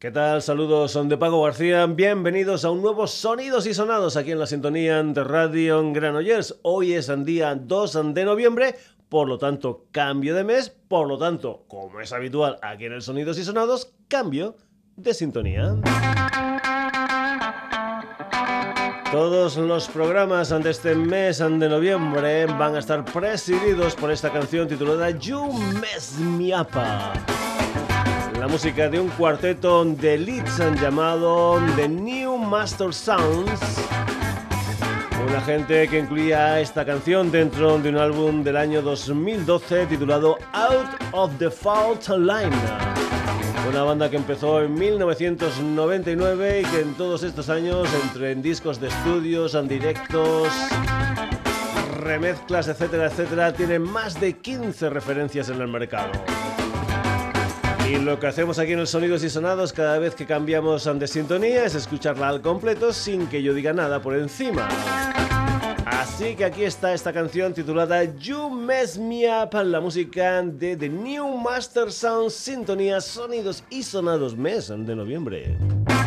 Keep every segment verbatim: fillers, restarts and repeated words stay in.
¿Qué tal? Saludos, son de Paco García. Bienvenidos a un nuevo Sonidos y Sonados aquí en la sintonía de Radio Granollers. Hoy es el día dos de noviembre, por lo tanto, cambio de mes. Por lo tanto, como es habitual aquí en el Sonidos y Sonados, cambio de sintonía. Todos los programas de este mes de noviembre van a estar presididos por esta canción titulada You Mess Me Up. La música de un cuarteto de Leeds llamado The New Master Sounds. Una gente que incluía esta canción dentro de un álbum del año dos mil doce titulado Out of the Fault Line. Una banda que empezó en mil novecientos noventa y nueve y que en todos estos años, entre en discos de estudios, en directos, remezclas, etcétera, etcétera, tiene más de quince referencias en el mercado. Y lo que hacemos aquí en el Sonidos y Sonados cada vez que cambiamos de sintonía es escucharla al completo sin que yo diga nada por encima. Así que aquí está esta canción titulada You Mess Me Up, la música de The New Master Sound, sintonía Sonidos y Sonados, mes de noviembre.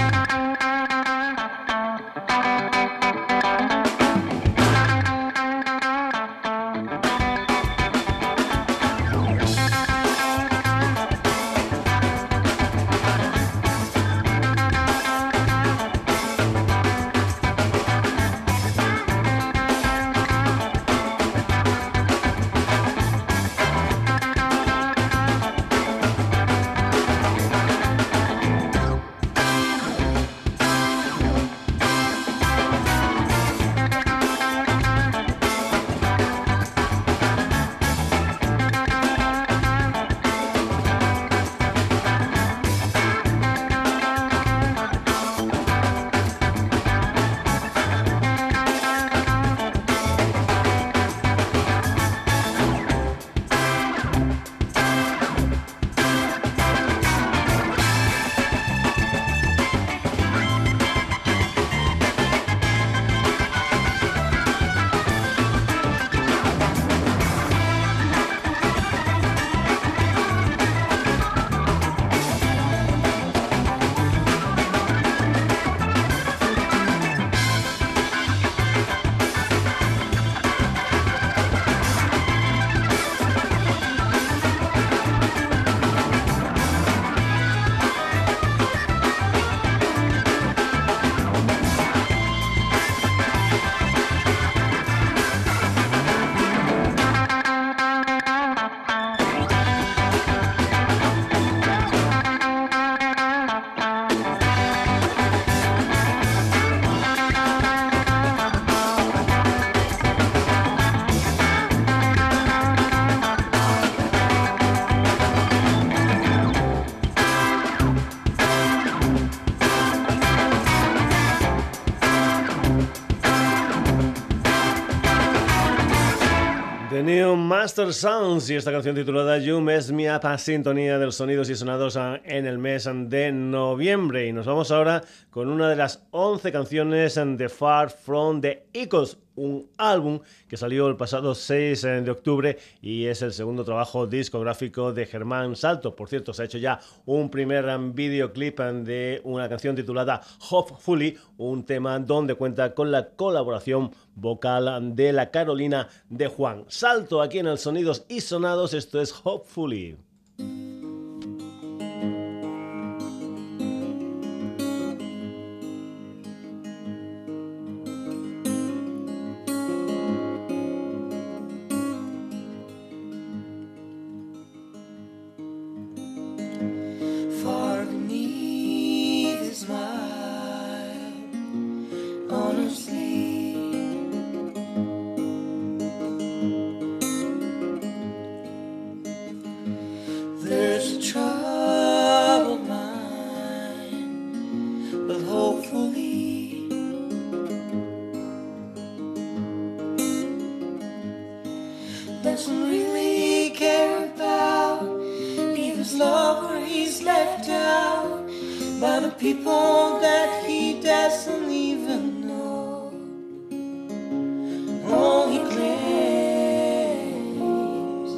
Master Sounds y esta canción titulada You Mess Me Up, a sintonía de los Sonidos y Sonados en el mes de noviembre. Y nos vamos ahora con una de las once canciones de Far From The Echoes, un álbum que salió el pasado seis de octubre y es el segundo trabajo discográfico de Germán Salto. Por cierto, se ha hecho ya un primer videoclip de una canción titulada Hopefully, un tema donde cuenta con la colaboración vocal de la Carolina de Juan. Salto aquí en el Sonidos y Sonados, esto es Hopefully.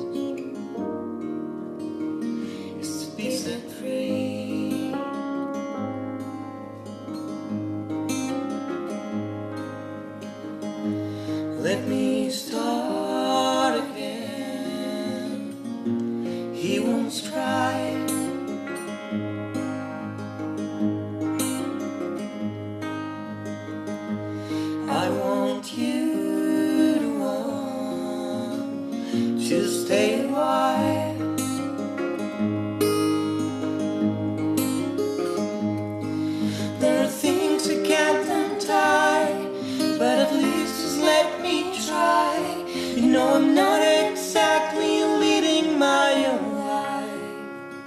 Be set free. let me start again. He won't try. I want you to want to stay a while. There are things I can't untie, but at least just let me try. You know I'm not exactly leading my own life.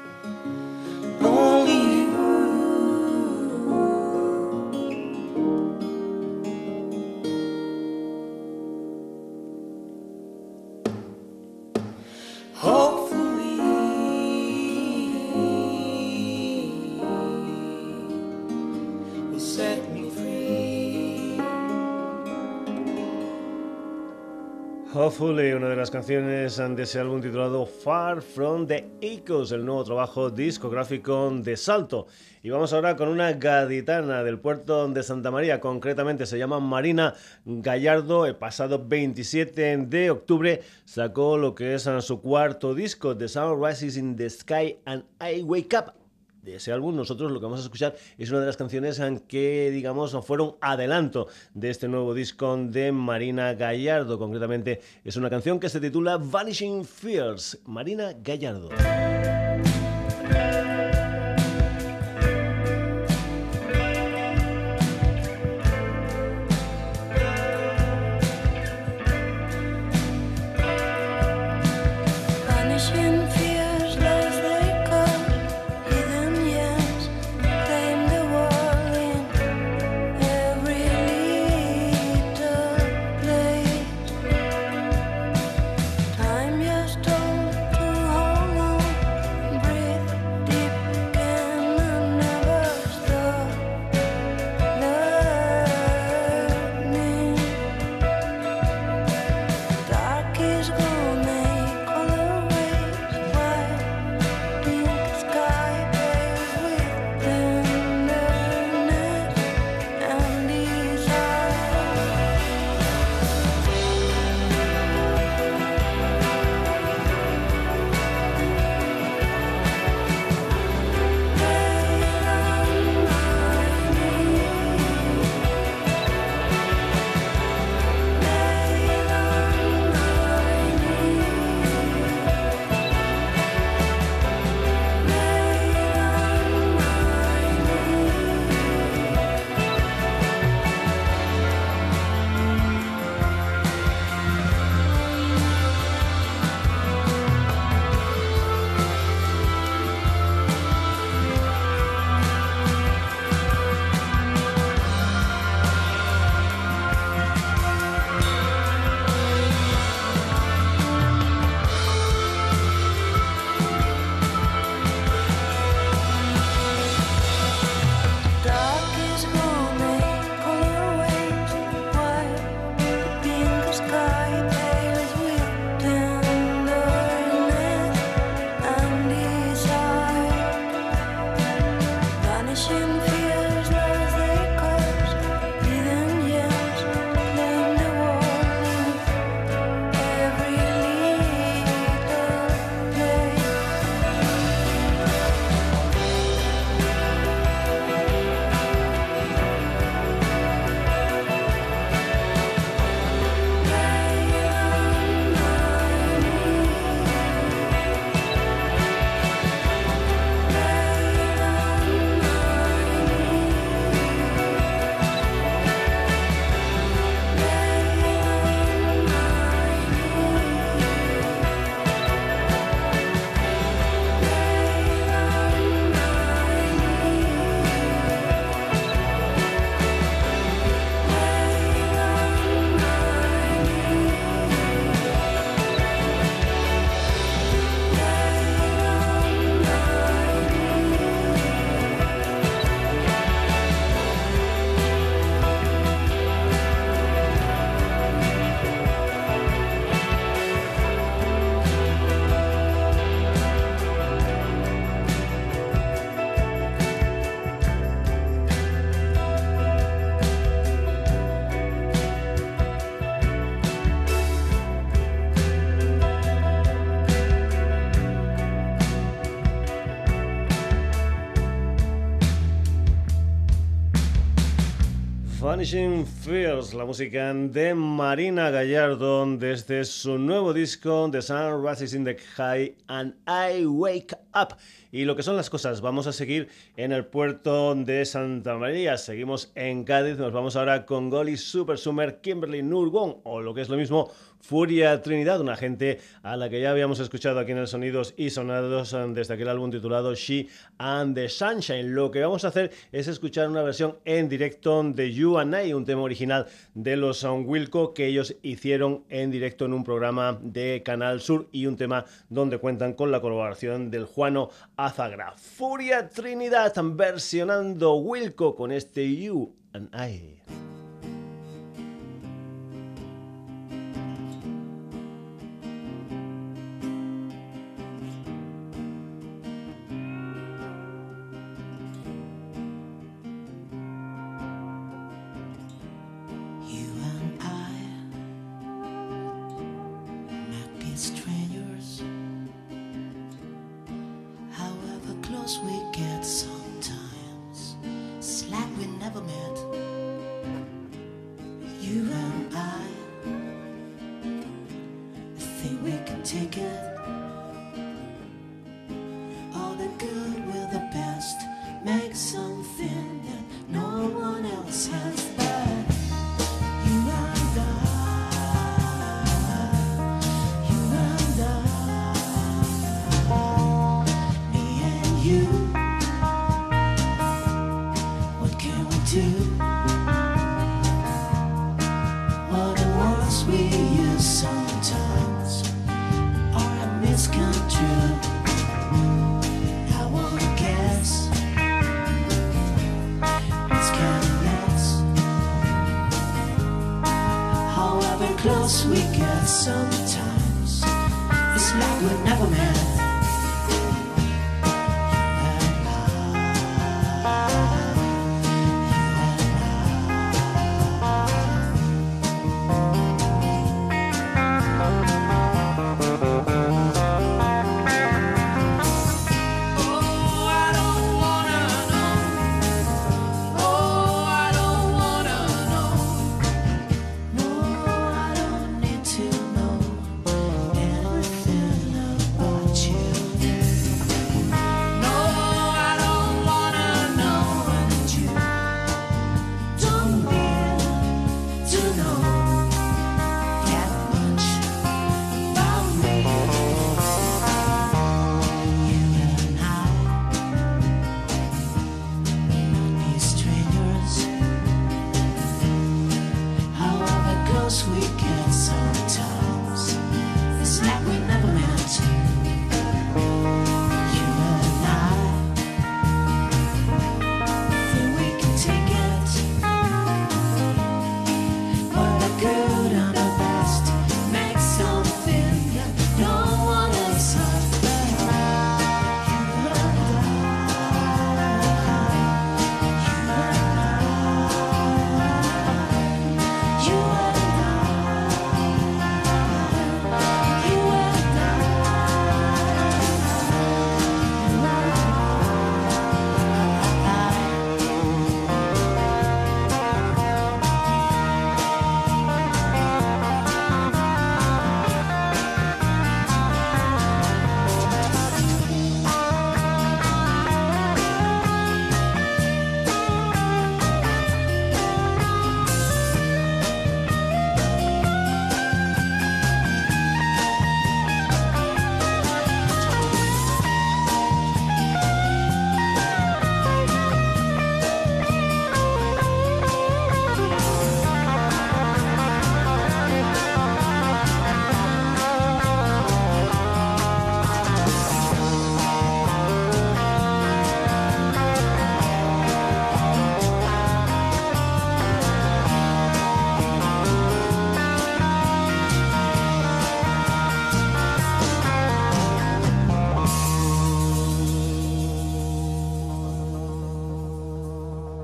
Only you. Hopefully will set me free. Hopefully, una de las canciones de ese álbum titulado Far From The Echoes, el nuevo trabajo discográfico de Salto. Y vamos ahora con una gaditana del puerto de Santa María, concretamente se llama Marina Gallardo. El pasado veintisiete de octubre sacó lo que es su cuarto disco, The Sun Rises in the Sky and I Wake Up. De ese álbum nosotros lo que vamos a escuchar es una de las canciones que, digamos, fueron adelanto de este nuevo disco de Marina Gallardo. Concretamente es una canción que se titula Vanishing Fears. Marina Gallardo. Vanishing fears as they come, hidden yes, claim the world in every little place. Time just told to hold on Vanishing Fears, la música de Marina Gallardo desde su nuevo disco The Sun Rises in the Sky and I Wake Up. Y lo que son las cosas, vamos a seguir en el puerto de Santa María, seguimos en Cádiz, nos vamos ahora con Goli Super Summer, Kimberly Nurgon, o lo que es lo mismo, Furia Trinidad, una gente a la que ya habíamos escuchado aquí en el Sonidos y Sonados desde aquel álbum titulado She and the Sunshine. Lo que vamos a hacer es escuchar una versión en directo de You and I, un tema original de los Wilco que ellos hicieron en directo en un programa de Canal Sur y un tema donde cuentan con la colaboración del Juano Azagra. Furia Trinidad versionando Wilco con este You and I. Everything about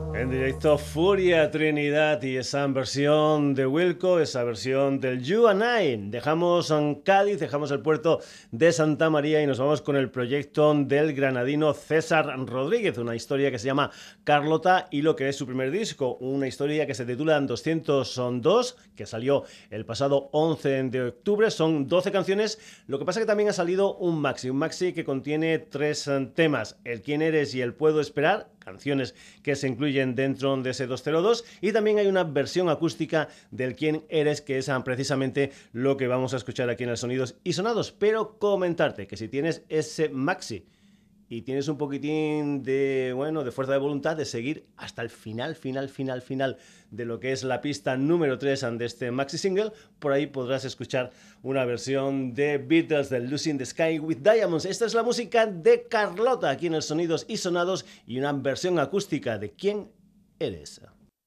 En directo Furia Trinidad y esa versión de Wilco, esa versión del You and I. Dejamos en Cádiz, dejamos el puerto de Santa María y nos vamos con el proyecto del granadino César Rodríguez, una historia que se llama Carlota y lo que es su primer disco, una historia que se titula doscientos dos, que salió el pasado once de octubre. Son doce canciones, lo que pasa que también ha salido un maxi, un maxi que contiene tres temas, El quién eres y El puedo esperar, canciones que se incluyen dentro de ese doscientos dos, y también hay una versión acústica del quién eres, que es precisamente lo que vamos a escuchar aquí en el Sonidos y Sonados. Pero comentarte que si tienes ese maxi y tienes un poquitín de, bueno, de fuerza de voluntad de seguir hasta el final, final, final, final de lo que es la pista número tres de este maxi single, por ahí podrás escuchar una versión de Beatles de Losing the Sky with Diamonds. Esta es la música de Carlota aquí en el Sonidos y Sonados y una versión acústica de ¿Quién eres?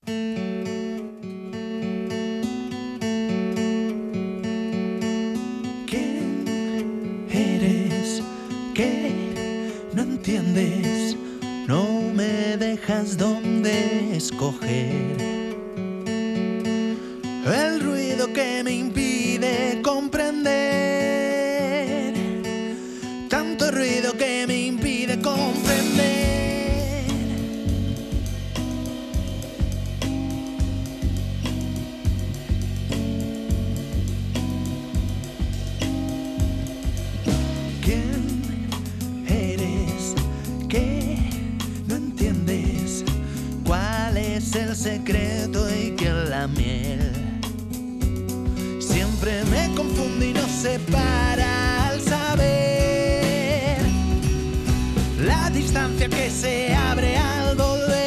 ¿Quién eres? ¿Qué? No entiendes, no me dejas donde escoger. El ruido que me impide comprender, tanto ruido que me impide comprender. El secreto y que la miel siempre me confunde y no se para al saber la distancia que se abre al volver.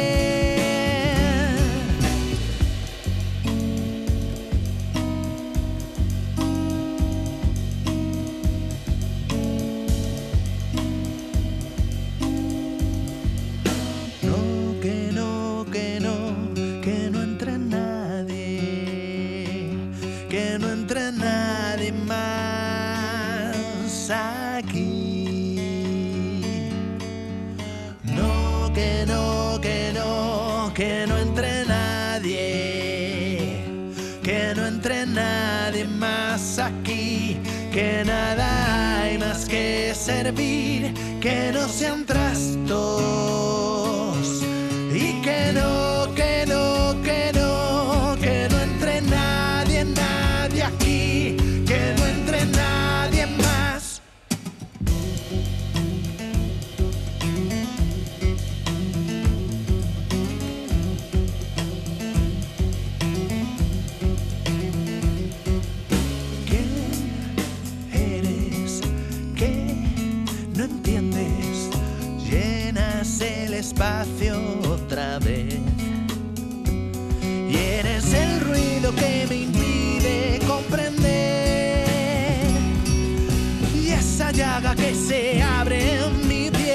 No, que no, que no, que no entre nadie, que no entre nadie más aquí. No, que no, que no, que no entre nadie, que no entre nadie más aquí, que nada hay más que servir, que no sean trastos y que no, que no, que no, que no entre nadie, nadie aquí, que no entre nadie más. ¿Quién eres? ¿Qué no entiendes? Llenas el espacio otra vez y eres el ruido que me impide comprender y esa llaga que se abre en mi piel.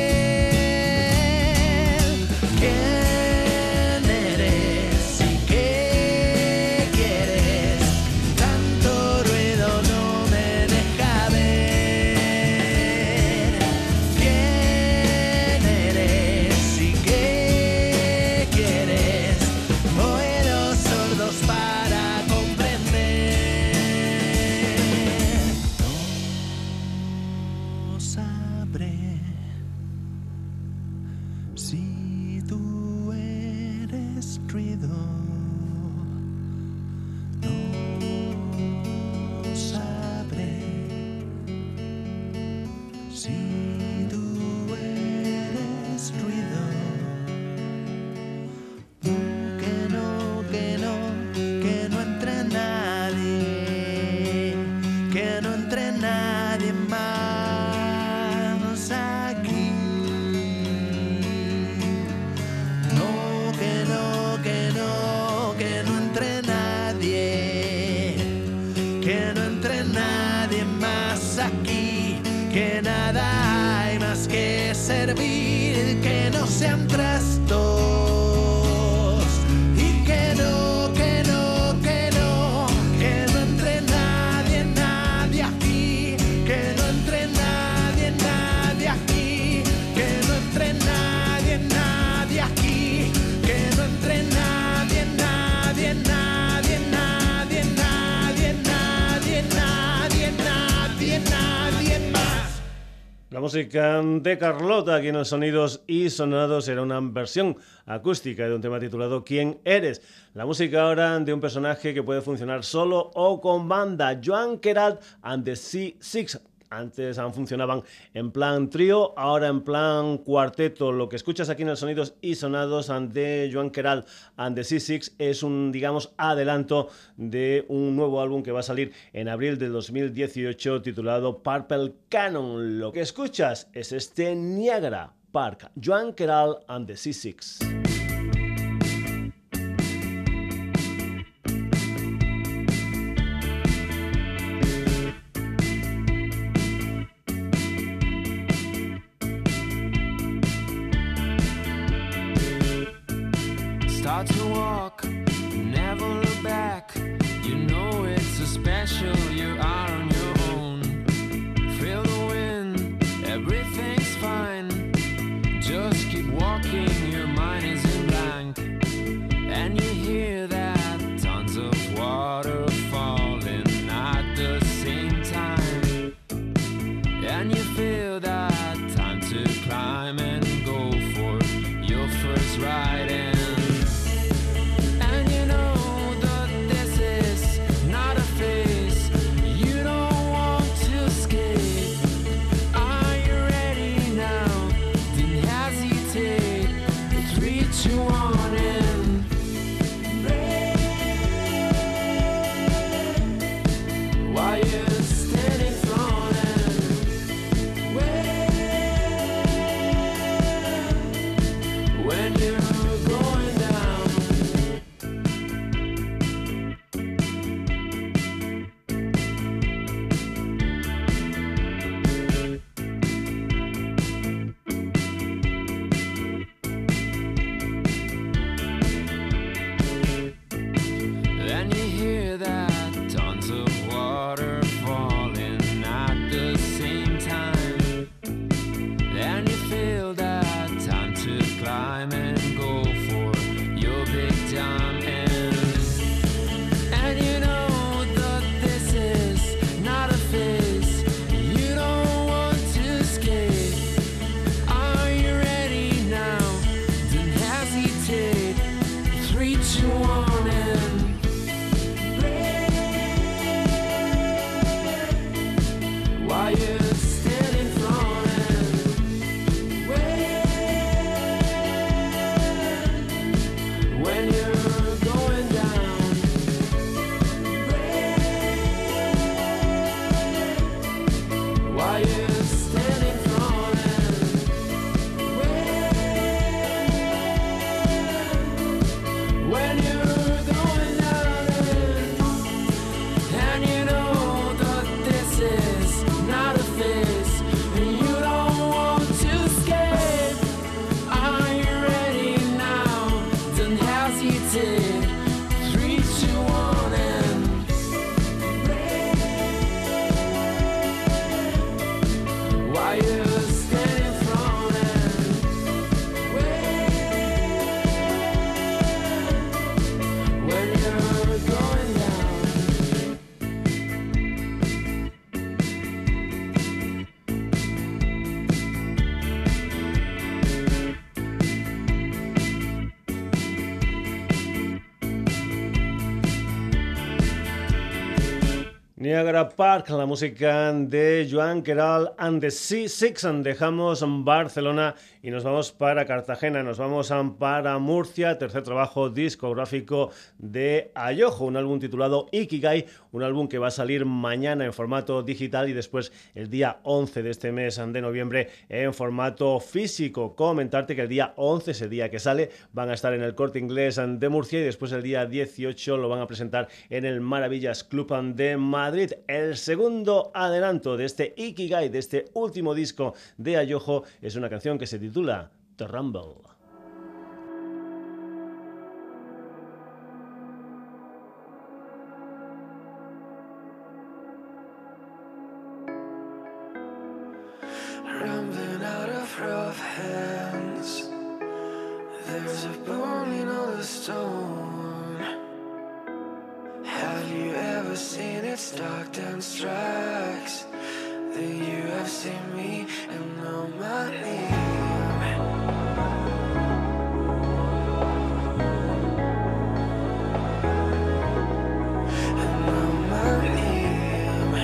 ¿Quién eres y qué quieres? Tanto ruido no me deja ver. ¿Quién eres y qué quieres? Oídos sordos para comprender. No sabré si tú eres ruido. No sabré si tú eres ruido. Que no, que no, que no entre nadie, que no entre nadie más aquí. No, que no, que no, que no entre nadie, que no entre nadie más aquí, que nada hay más que servir, que no sean trastos y que no, que no, que no, que no entre nadie, nadie aquí, que no entre nadie, nadie aquí, que no entre nadie, nadie aquí, entre nadie, nadie, nadie, nadie, nadie, nadie, nadie, nadie, nadie más. La música de Carlota aquí en los Sonidos y Sonados era una versión acústica de un tema titulado ¿Quién eres? La música ahora de un personaje que puede funcionar solo o con banda, Joan Queralt and the C seis. Antes funcionaban en plan trío, ahora en plan cuarteto. Lo que escuchas aquí en los Sonidos y Sonados de Joan Queralt and the C seis es un, digamos, adelanto de un nuevo álbum que va a salir en abril del dos mil dieciocho titulado Purple Canon. Lo que escuchas es este Niagara Park, Joan Queralt and the C seis. Start to walk, never look back. You know it's so special, you are on your own. Feel the wind, everything's fine. Just keep walking, your mind is in blank. And you hear that tons of water falling at the same time. And you feel that time to climb and go for your first ride. And Niagara Park, la música de Joan Queralt and the C seis. Dejamos Barcelona y nos vamos para Cartagena, nos vamos para Murcia, tercer trabajo discográfico de Ayojo, un álbum titulado Ikigai, un álbum que va a salir mañana en formato digital y después el día once de este mes de noviembre en formato físico. Comentarte que el día once, ese día que sale, van a estar en el Corte Inglés de Murcia y después el día dieciocho lo van a presentar en el Maravillas Club de Madrid. El segundo adelanto de este Ikigai, de este último disco de Ayojo, es una canción que se titula The Rumble. Rumbling out of rough hands. There's a of burning on the stone. Have you ever seen its dark and strikes? Then you have seen me and know my name. And know my name.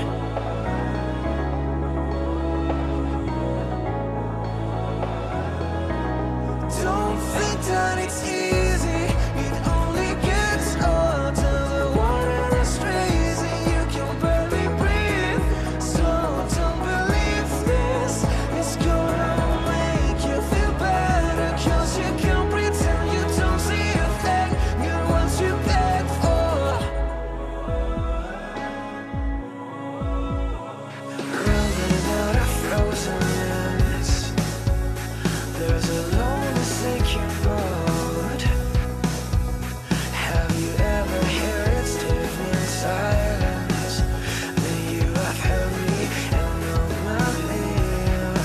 Don't think that it's easy. It only gets harder. The water is crazy. You can barely breathe. So don't believe this. It's gonna make you feel better. Cause you can't pretend you don't see a thing. Get what you beg for. Running out of frozen ends. There's a lonely sinking boat. Have you ever heard its deafening silence? Then you have heard me and know my name.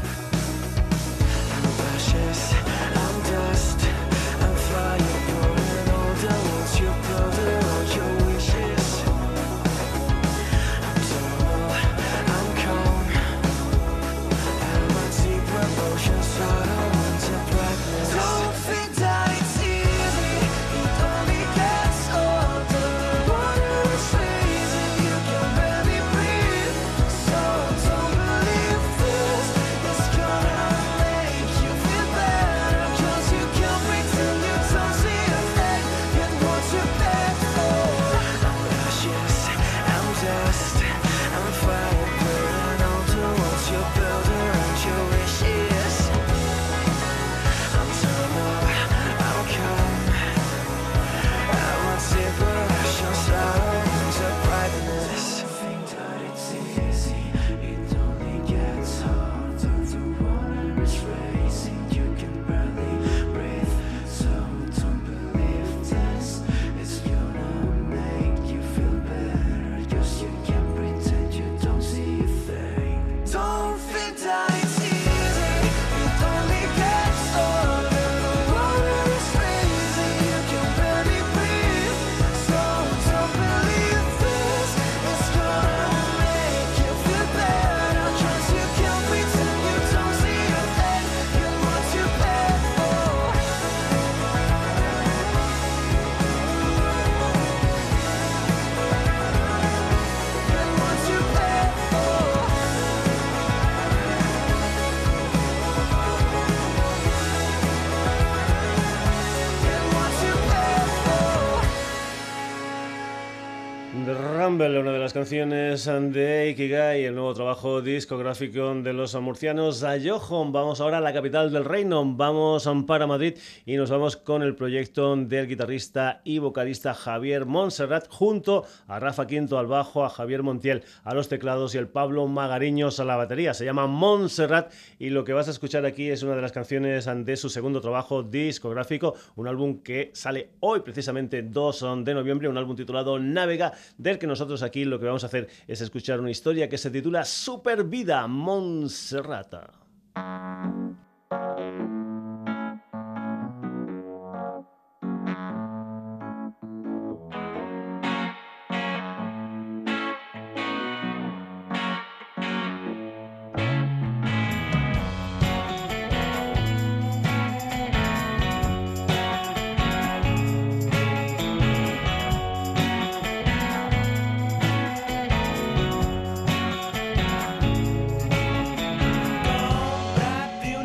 I'm ashes, I'm dust, I'm fire burning all the words you build around your wishes. I'm terrible, I'm calm, and my deep emotions shadow into brightness. Don't think that it's easy. It only gets harder. The water is crazy. You can barely breathe. So don't believe this. It's gonna make you feel better. Cause you can't pretend you don't see a thing. Get what you beg for. I'm ashes, I'm dust, I'm fire burning all the walls you build around your wishes. I'm turning up, I'm calm, I'm a zipper, I shall shadow into brightness. Don't think that it's easy, it only gets harder. The water is racing, you can barely breathe. So don't believe this, it's gonna make you feel better. Just you can't pretend you don't see a thing. Don't think that it's easy, it only gets harder. The water is crazy, you can barely breathe. So don't believe this, it's gonna make you feel better. Cause you can't pretend you don't see a thing. Get what you beg for. Get what you beg for. Get what you beg for. The Rumble, una de las canciones de Ikigai, el nuevo trabajo discográfico de los murcianos Ayohon. Vamos ahora a la capital del reino, vamos para Madrid y nos vamos con el proyecto del guitarrista y vocalista Javier Montserrat junto a Rafa Quinto al bajo, a Javier Montiel a los teclados y el Pablo Magariños a la batería. Se llama Montserrat y lo que vas a escuchar aquí es una de las canciones de su segundo trabajo discográfico, un álbum que sale hoy precisamente dos de noviembre, un álbum titulado Navega, del que nosotros aquí lo que vamos a hacer es escuchar una historia que se titula Super Vida, Montserrat. That the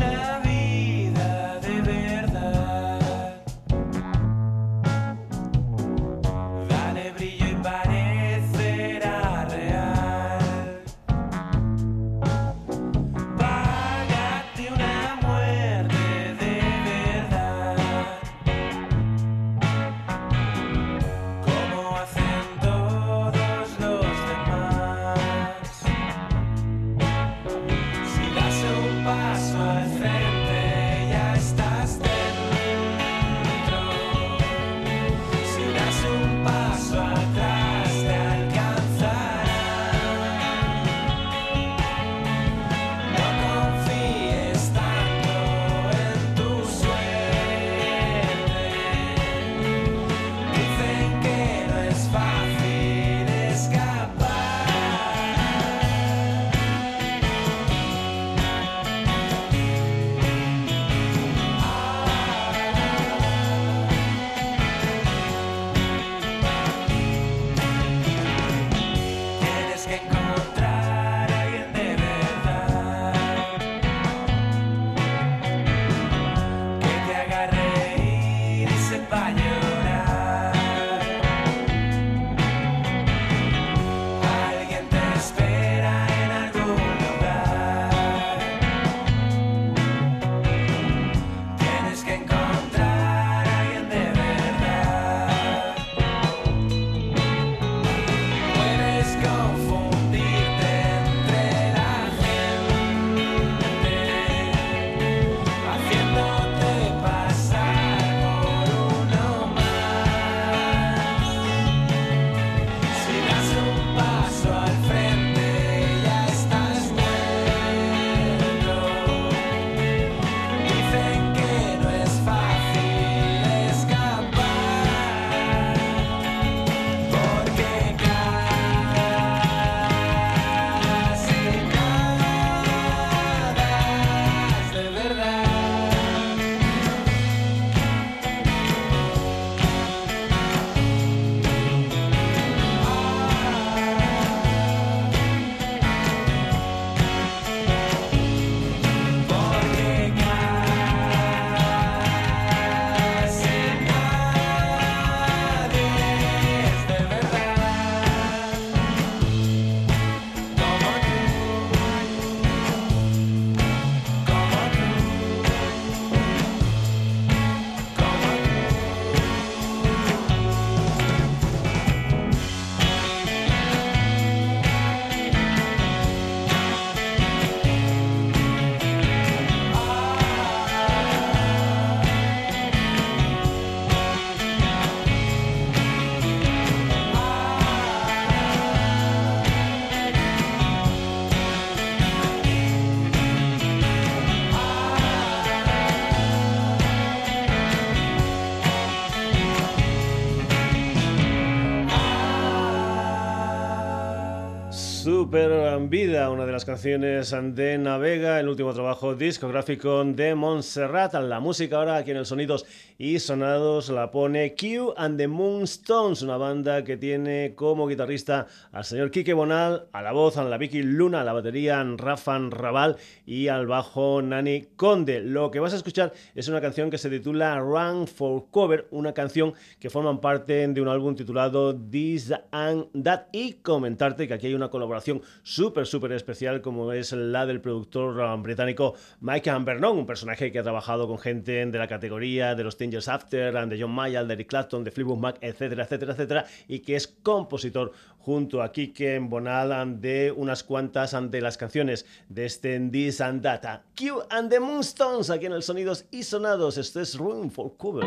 Super Vida, una de las canciones de Navega, el último trabajo discográfico de Montserrat. La música ahora aquí en el Sonidos y Sonados la pone Q and the Moonstones, una banda que tiene como guitarrista al señor Quique Bonal, a la voz a la Vicky Luna, a la batería Rafa Raval y al bajo Nani Conde. Lo que vas a escuchar es una canción que se titula Run for Cover, una canción que forman parte de un álbum titulado This and That, y comentarte que aquí hay una colaboración súper súper especial como es la del productor británico Mike Vernon, un personaje que ha trabajado con gente de la categoría de los Ten Years After, de John Mayall, de Eric Clapton, de Fleetwood Mac, etcétera, etcétera, etcétera, y que es compositor junto a Quique Bonal de unas cuantas de las canciones de este This and That. Q and the Moonstones aquí en el Sonidos y Sonados. Esto es Room for Cover.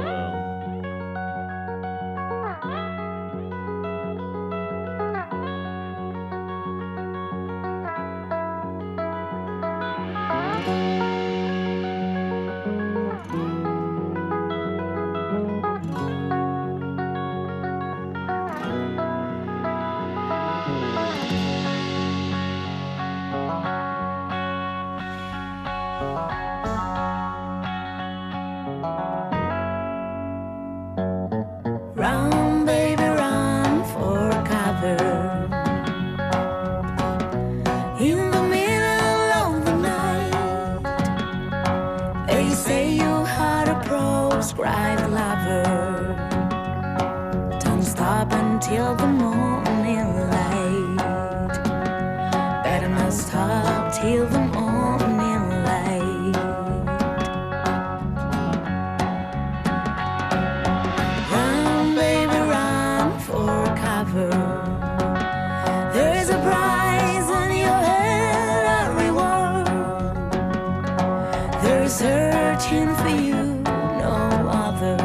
Run, baby, run for cover. In the middle of the night, they say you had a proscribed lover. Don't stop until the morning light. Better not stop till the morning light. Run, baby, run for cover. There's a prize on your head, a reward. They're searching for you, no other.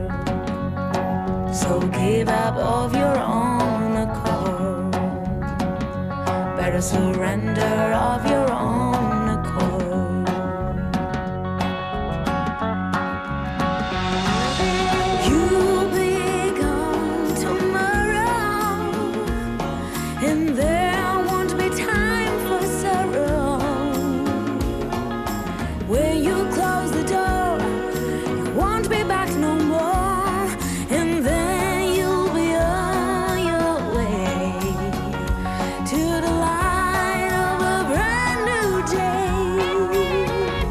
So give up of your own accord. Better surrender of your own accord. You'll be gone tomorrow, and there won't be time for sorrow. When you close the door, you won't be back no more, and then you'll be on your way to the light of a brand new day.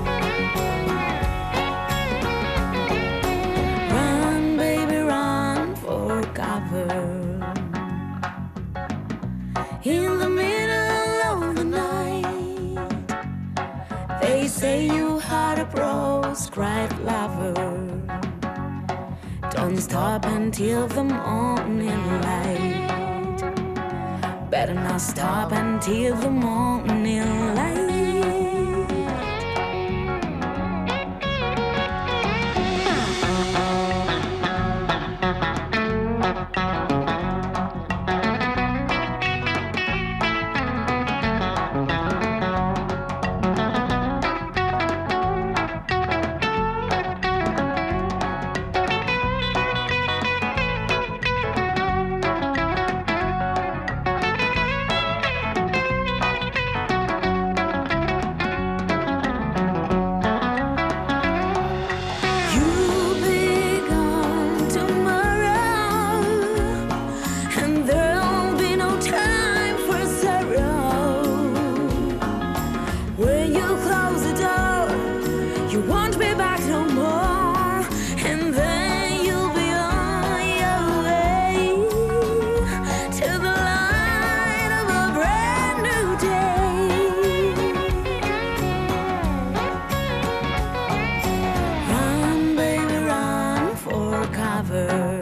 Run, baby, run for cover. In the middle of the night, they say you had a proscribed lover. Don't stop until the morning light. Better not stop until the morning light. You'll be gone tomorrow, and there'll be no time for sorrow. When you close the door, you won't be back no more, and then you'll be on your way to the light of a brand new day. Run, baby, run for cover.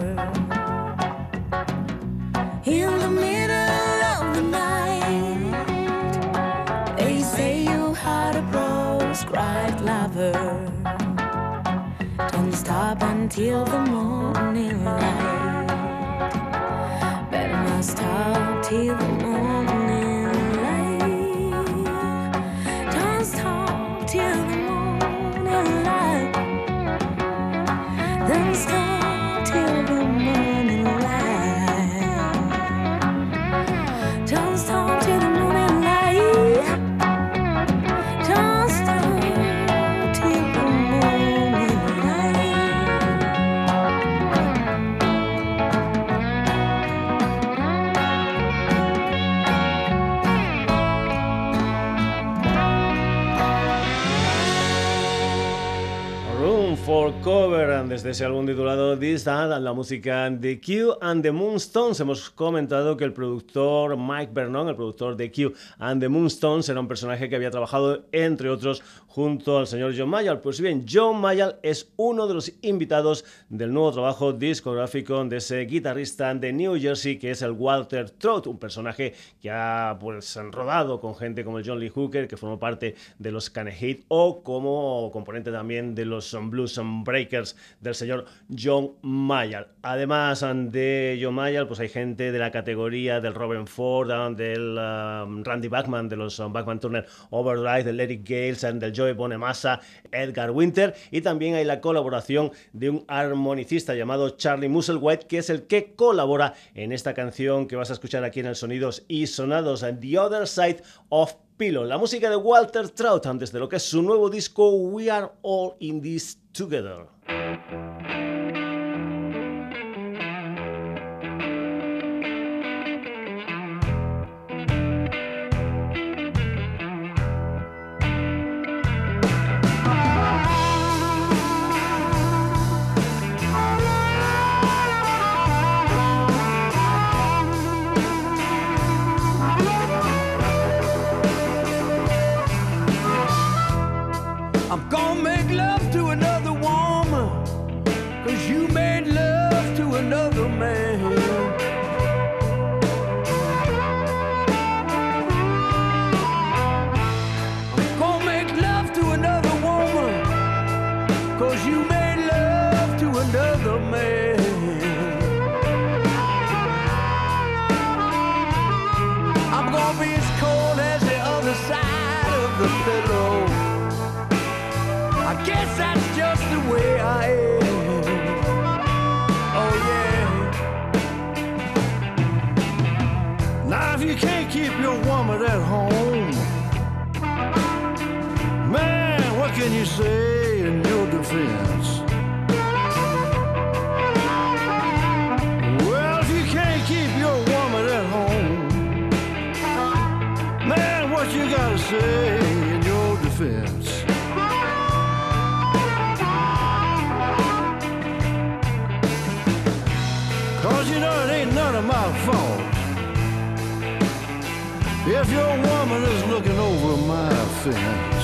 In the middle of the night, they say you had a proscribed lover. Don't stop until the morning light. Better not stop till the morning light. Don't stop till the morning light. Don't stop till the morning light. Don't stop till the morning light. Desde ese álbum titulado This That, la música de Q and the Moonstones. Hemos comentado que el productor Mike Vernon, el productor de Q and the Moonstones, era un personaje que había trabajado, entre otros, junto al señor John Mayall. Pues bien, John Mayall es uno de los invitados del nuevo trabajo discográfico de ese guitarrista de New Jersey, que es el Walter Trout, un personaje que ha pues rodado con gente como el John Lee Hooker, que formó parte de los Can Hit, o como componente también de los Blues Breakers del señor John Mayall. Además de John Mayall, pues hay gente de la categoría del Robin Ford, del um, Randy Bachman, de los um, Bachman Turner Overdrive, del Eric Gales, del Joey Bonamassa, Edgar Winter, y también hay la colaboración de un armonicista llamado Charlie Musselwhite, que es el que colabora en esta canción que vas a escuchar aquí en el Sonidos y Sonados, The Other Side of Pillow. La música de Walter Trout, antes de lo que es su nuevo disco We Are All in This Together. I'm gonna make love to another woman, 'cause you made love to another man. I'm gonna make love to another woman, 'cause you made love to another man. I'm gonna be as cold as the other side of the pillow. I guess that's just the way I am. Oh yeah. Now if you can't keep your woman at home, man, what can you say in your defense? Well, if you can't keep your woman at home, man, what you gotta say in your defense? Cause you know it ain't none of my fault if your woman is looking over my fence.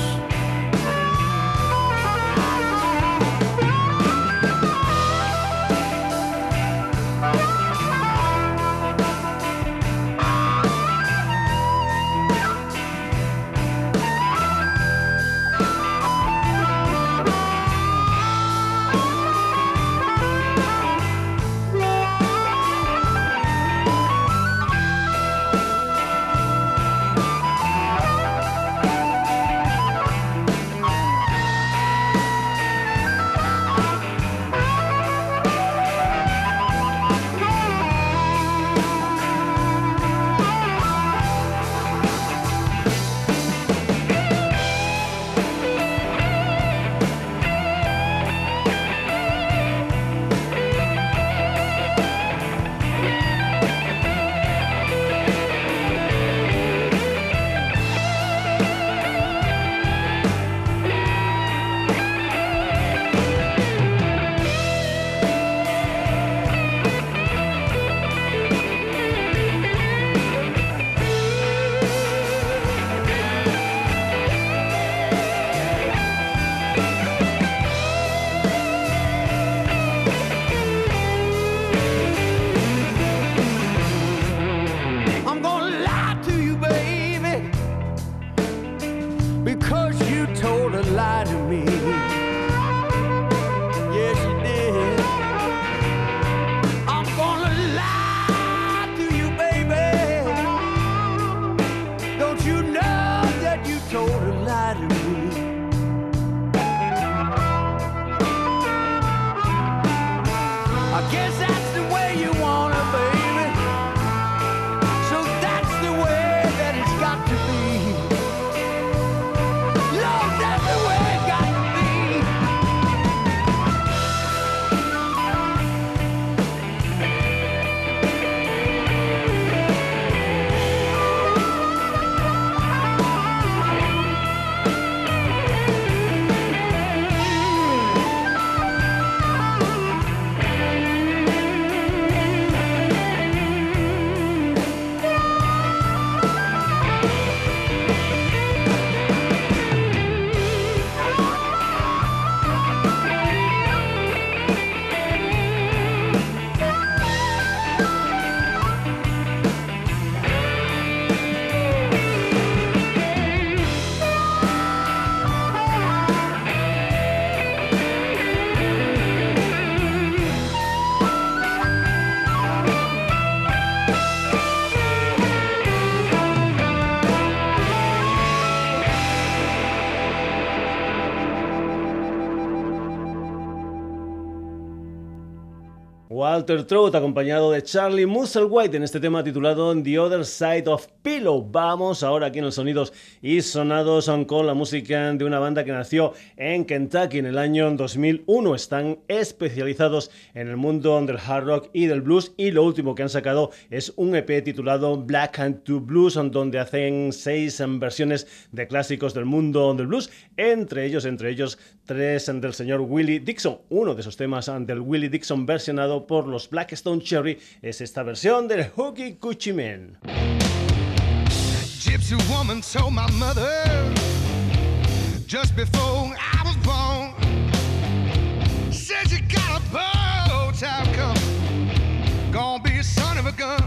Walter Trout acompañado de Charlie Musselwhite en este tema titulado The Other Side of Pillow. Vamos ahora aquí en los sonidos y sonados con la música de una banda que nació en Kentucky en el año dos mil uno. Están especializados en el mundo del hard rock y del blues, y lo último que han sacado es un E P titulado Black and Two Blues, donde hacen seis versiones de clásicos del mundo del blues, entre ellos, entre ellos tres del señor Willie Dixon. Uno de esos temas del Willie Dixon versionado por los Blackstone Cherry es esta versión del Hooky Coochie Man. Gypsy woman told my mother just before I was born, said you got a bow tie coming, gonna be a son of a gun,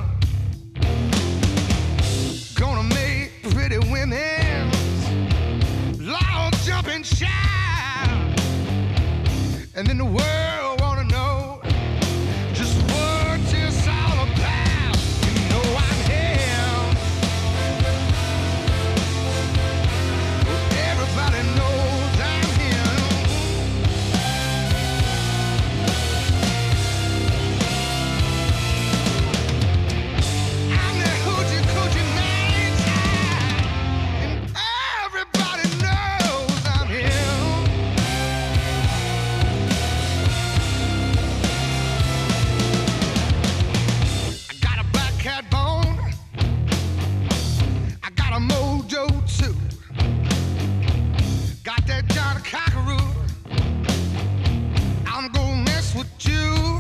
gonna make pretty women long jump and shout, and then the world wanna know just what it's all about. You know I'm here, everybody knows I'm here. I'm the hoochie coochie man child, and everybody knows I'm here. Cat bone, I got a mojo too, got that John Cockeroo, I'm gonna mess with you,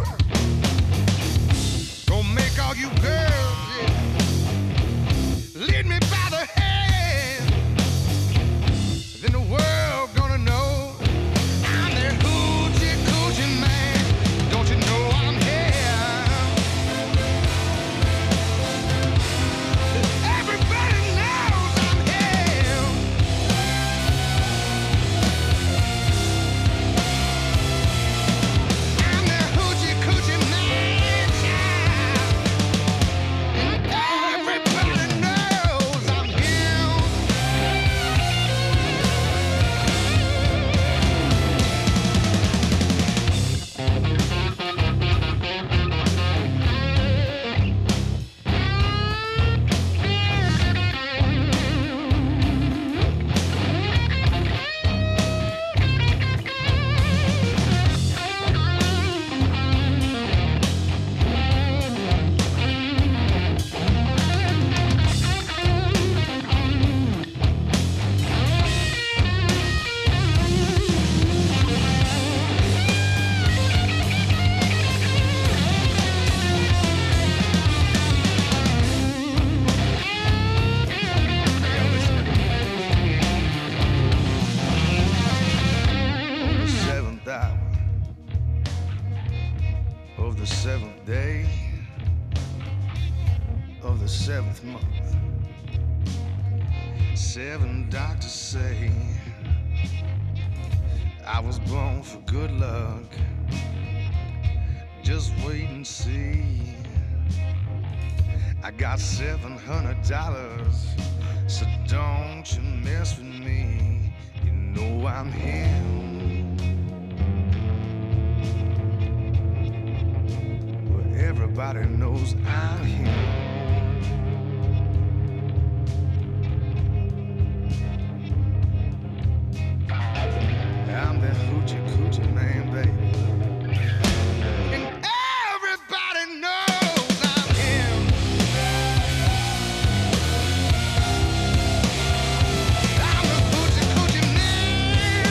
gonna make all you girls, yeah, lead me by the hand, then the world gonna know I'm that hoochie coochie man, don't you know I'm here. Seven doctors say I was born for good luck. Just wait and see. I got seven hundred dollars, so don't you mess with me. You know I'm here. Well, everybody knows I'm here. I'm that hoochie coochie man, baby, and everybody knows I'm him. I'm the hoochie coochie man.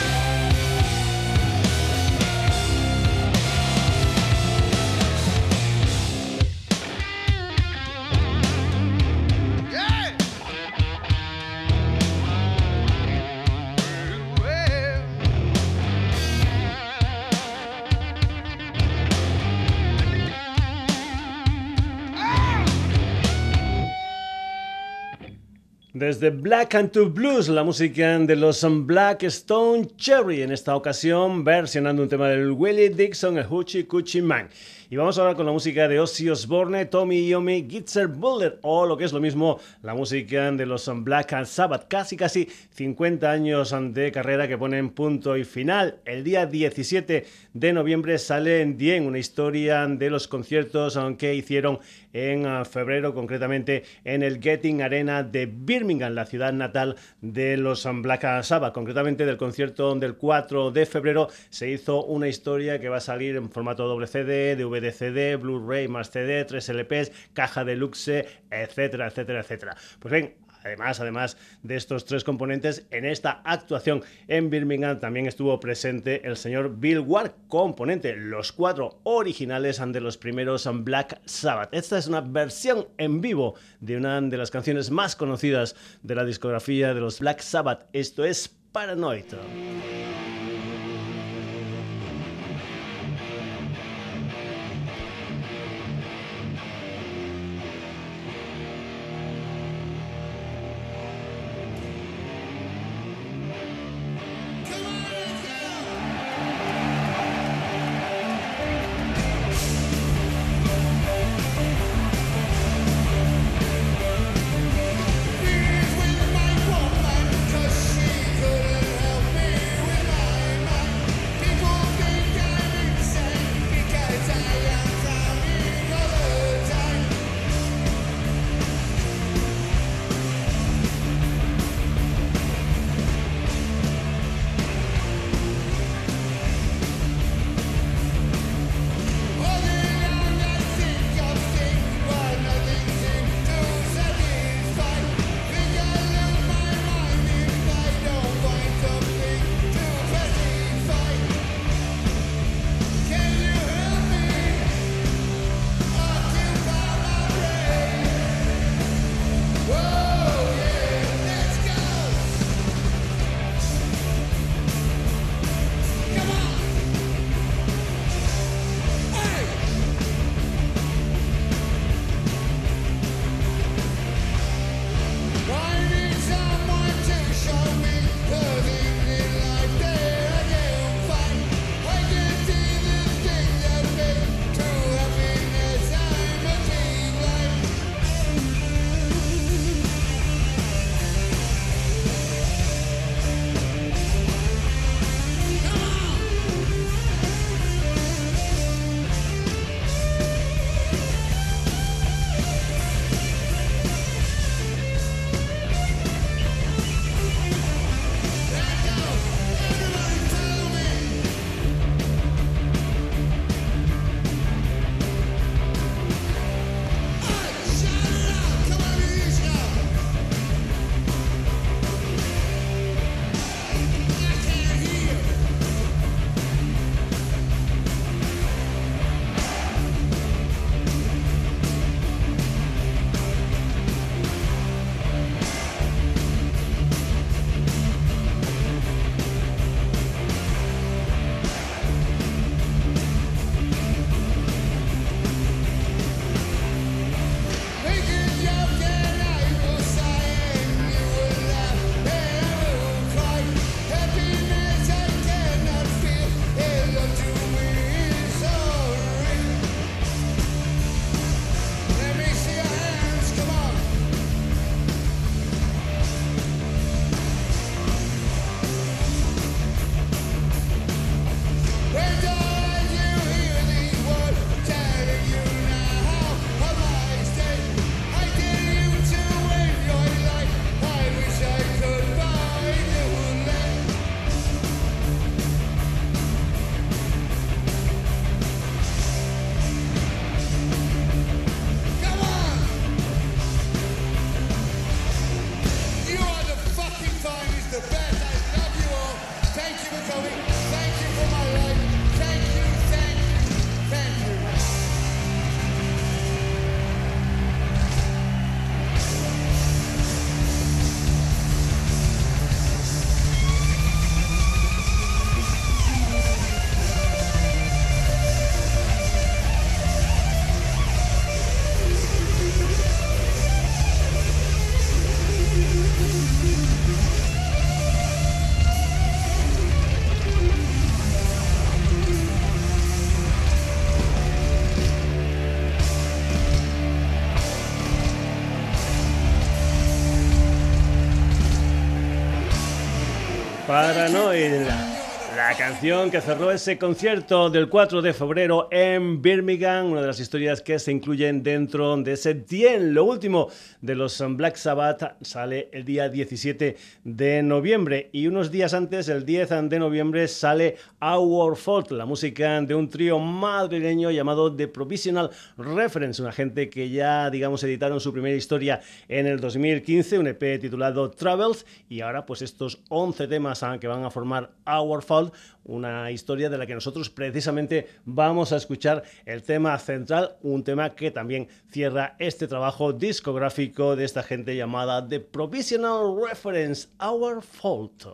Desde Black and to Blues, la música de los Black Stone Cherry, en esta ocasión versionando un tema del Willie Dixon, el Hoochie Coochie Man. Y vamos ahora con la música de Ozzy Osbourne, Tommy Iommi, Geezer Butler, o lo que es lo mismo, la música de los Black Sabbath. Casi, casi cincuenta años de carrera que ponen punto y final. El día diecisiete de noviembre sale en Dien, una historia de los conciertos que hicieron en febrero, concretamente en el Getting Arena de Birmingham, la ciudad natal de los Black Sabbath. Concretamente del concierto del cuatro de febrero se hizo una historia que va a salir en formato doble C D, D V D C D, Blu-ray más C D, tres L Ps, caja deluxe, etcétera, etcétera, etcétera. Pues bien, Además, además de estos tres componentes, en esta actuación en Birmingham también estuvo presente el señor Bill Ward, componente, los cuatro originales de los primeros Black Sabbath. Esta es una versión en vivo de una de las canciones más conocidas de la discografía de los Black Sabbath. Esto es Paranoid. With my woman, 'cause she couldn't help me with my Paranoid, la canción que cerró ese concierto del cuatro de febrero en Birmingham, una de las historias que se incluyen dentro de ese diez. Lo último de los Black Sabbath sale el día diecisiete de noviembre y unos días antes, el diez de noviembre, sale Our Fault, la música de un trío madrileño llamado The Provisional Reference, una gente que ya, digamos, editaron su primera historia en el dos mil quince, un E P titulado Travels, y ahora pues estos once temas que van a formar Our Fault, una historia de la que nosotros precisamente vamos a escuchar el tema central, un tema que también cierra este trabajo discográfico de esta gente llamada The Provisional Reference, Our Fault.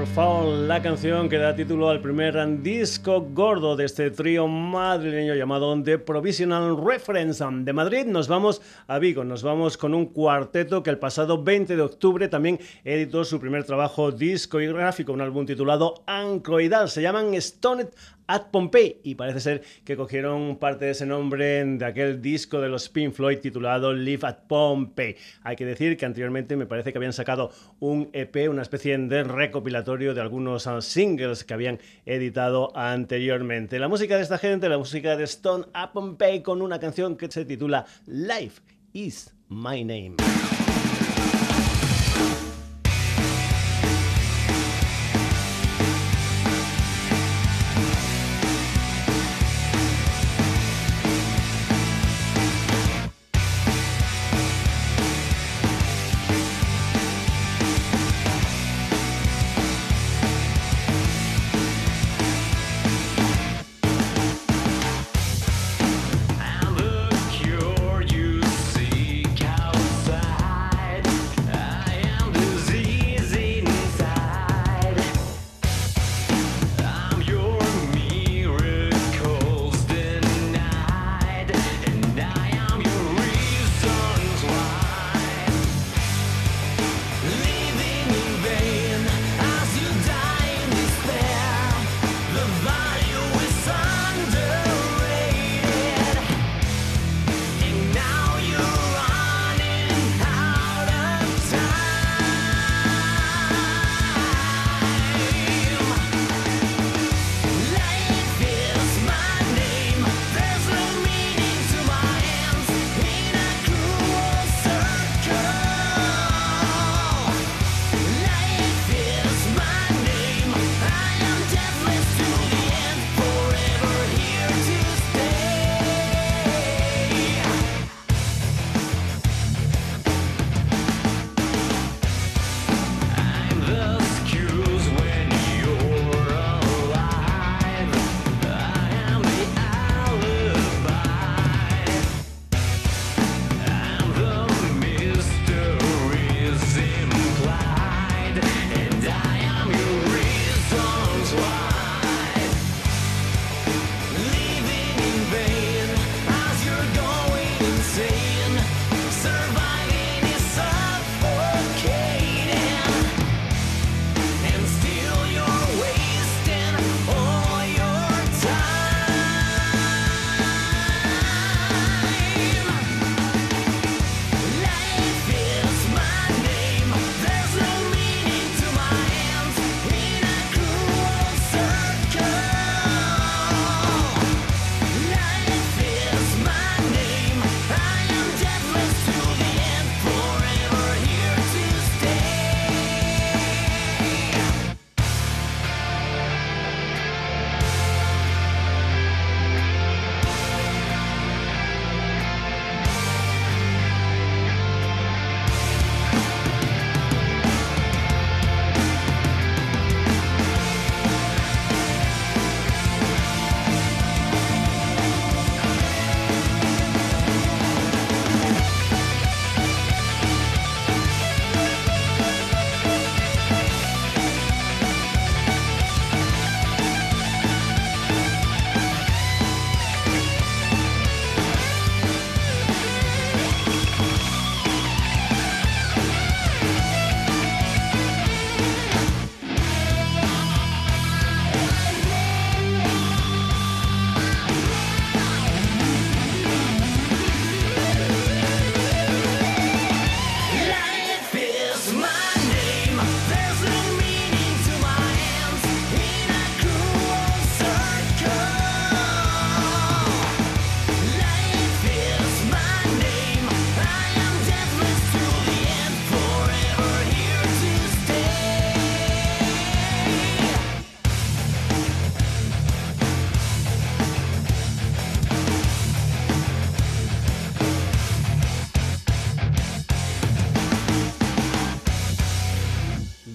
Waterfall, la canción que da título al primer disco gordo de este trío madrileño llamado The Provisional Reference. De Madrid nos vamos a Vigo, nos vamos con un cuarteto que el pasado veinte de octubre también editó su primer trabajo discográfico, un álbum titulado Ancroidal. Se llaman Stoned at Pompeii y parece ser que cogieron parte de ese nombre de aquel disco de los Pink Floyd titulado Live at Pompeii. Hay que decir que anteriormente me parece que habían sacado un E P, una especie de recopilatorio de algunos singles que habían editado anteriormente. La música de esta gente, la música de Stoned at Pompeii, con una canción que se titula Life is My Name. And the cure you seek outside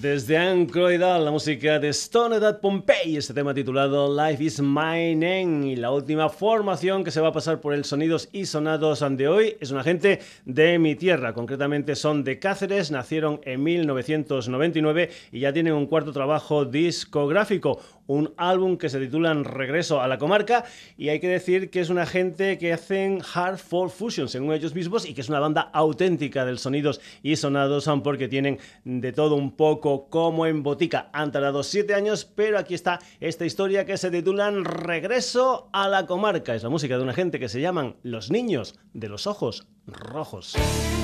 Desde Ancroydal, la música de Soledad Pompey, este tema titulado Life is My Name. Y la última formación que se va a pasar por el Sonidos y Sonados de hoy es una gente de mi tierra, concretamente son de Cáceres, nacieron en mil novecientos noventa y nueve y ya tienen un cuarto trabajo discográfico, un álbum que se titula Regreso a la Comarca, y hay que decir que es una gente que hacen hard folk fusion según ellos mismos y que es una banda auténtica del Sonidos y Sonados, porque tienen de todo un poco como en botica. Han tardado siete años, pero aquí está esta historia que se titula Regreso a la Comarca. Es la música de una gente que se llaman Los Niños de los Ojos Rojos.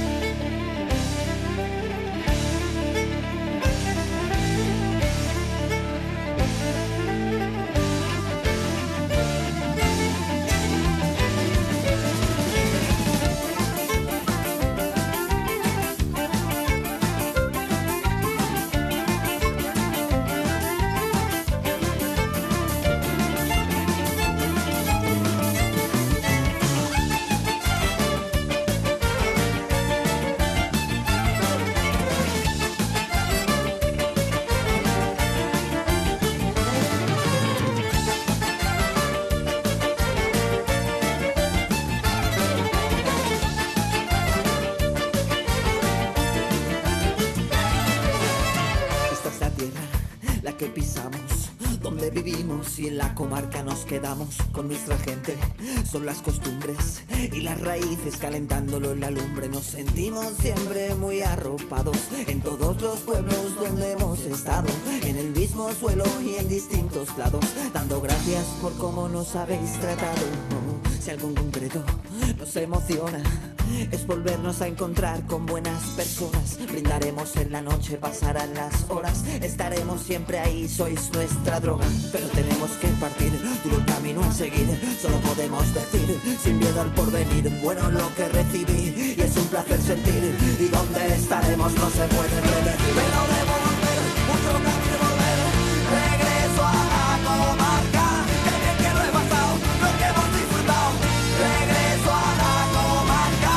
Y en la comarca nos quedamos con nuestra gente. Son las costumbres y las raíces calentándolo en la lumbre. Nos sentimos siempre muy arropados en todos los pueblos donde hemos estado, en el mismo suelo y en distintos lados, dando gracias por cómo nos habéis tratado. Si algo en concreto nos emociona es volvernos a encontrar con buenas personas. Brindaremos en la noche, pasarán las horas, estaremos siempre ahí, sois nuestra droga. Pero tenemos que partir, duro camino a seguir. Solo podemos decir, sin miedo al porvenir, bueno lo que recibí y es un placer sentir. Y dónde estaremos no se puede predecir. Pero debo volver, mucho camino volver. Regreso a la comarca, que bien que lo he pasado, lo que hemos disfrutado. Regreso a la comarca.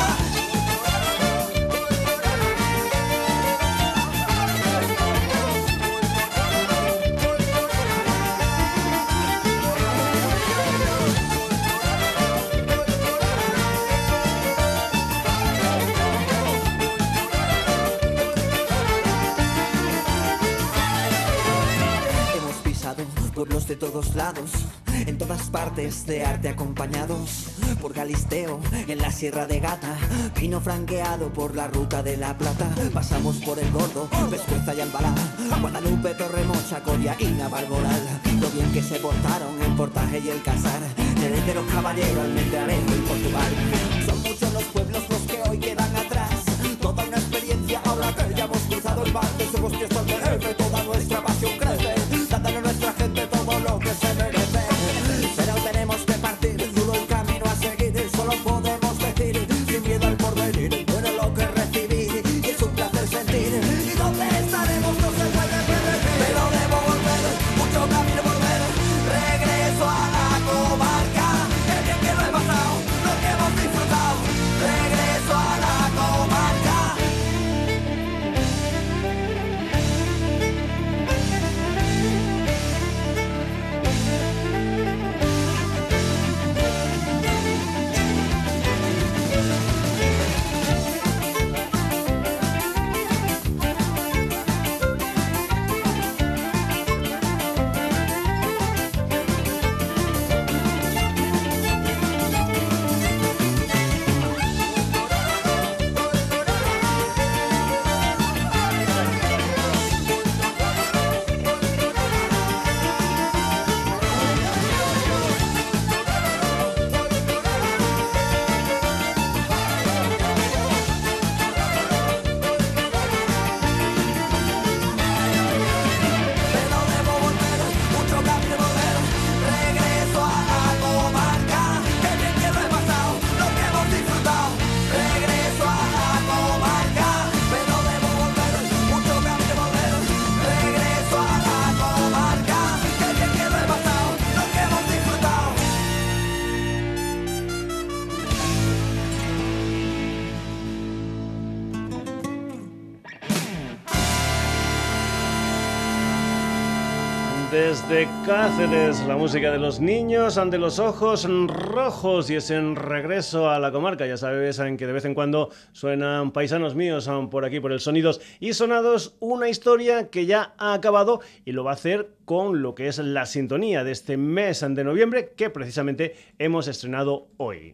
Pueblos de todos lados, en todas partes de arte acompañados por Galisteo, en la Sierra de Gata, vino franqueado por la Ruta de la Plata. Pasamos por el Gordo, Pescueza y Albalá, Guadalupe, Torremocha, Coria y Navalmoral. Lo bien que se portaron el Portaje y el Casar, Herederos, Caballero, Almendralejo y Portugal. Son muchos los pueblos los que hoy quedan atrás, toda una experiencia ahora que ya hemos cruzado el mar. Desde Bosque hasta el Tenerife, toda nuestra pasión crece, dándole a nuestra gente todo lo que se merece. Pero tenemos que partir, duro el camino a seguir. Solo podemos decir, sin miedo al porvenir, bueno lo que recibí y es un placer sentir. Y dónde estaremos no se puede predecir. Pero debo volver, mucho camino por ver. Regreso a la comarca, que bien que lo he pasado, lo que hemos disfrutado. Regreso a la comarca. Desde Cáceres, la música de los niños ante los ojos rojos y es en regreso a la comarca. Ya sabes en que de vez en cuando suenan paisanos míos por aquí, por el Sonidos y Sonados, una historia que ya ha acabado y lo va a hacer con lo que es la sintonía de este mes de noviembre que precisamente hemos estrenado hoy.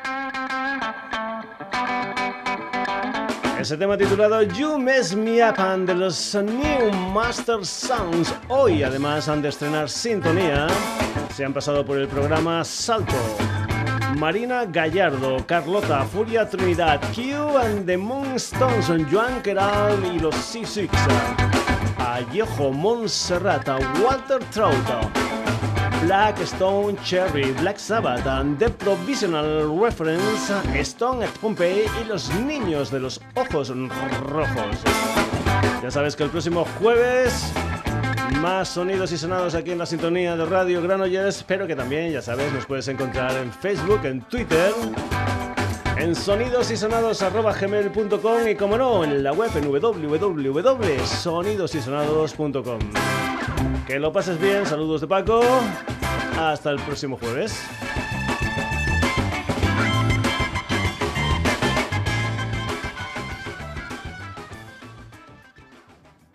Ese tema titulado You Mess Me Up and de los New Master Sounds. Hoy además han de estrenar sintonía. Se han pasado por el programa Salto, Marina Gallardo, Carlota, Furia Trinidad, Q and the Moonstones, Joan Queralt y los C seis, Allejo Montserrat, Walter Trout, Black Stone Cherry, Black Sabbath, and The Provisional Reference, Stone at Pompeii y los niños de los ojos rojos. Ya sabes que el próximo jueves más sonidos y sonados aquí en la sintonía de Radio Granollers, pero que también, ya sabes, nos puedes encontrar en Facebook, en Twitter, en sonidosysonados arroba gmail punto com y, como no, en la web en w w w punto sonidos y sonados punto com. Que lo pases bien, saludos de Paco, hasta el próximo jueves.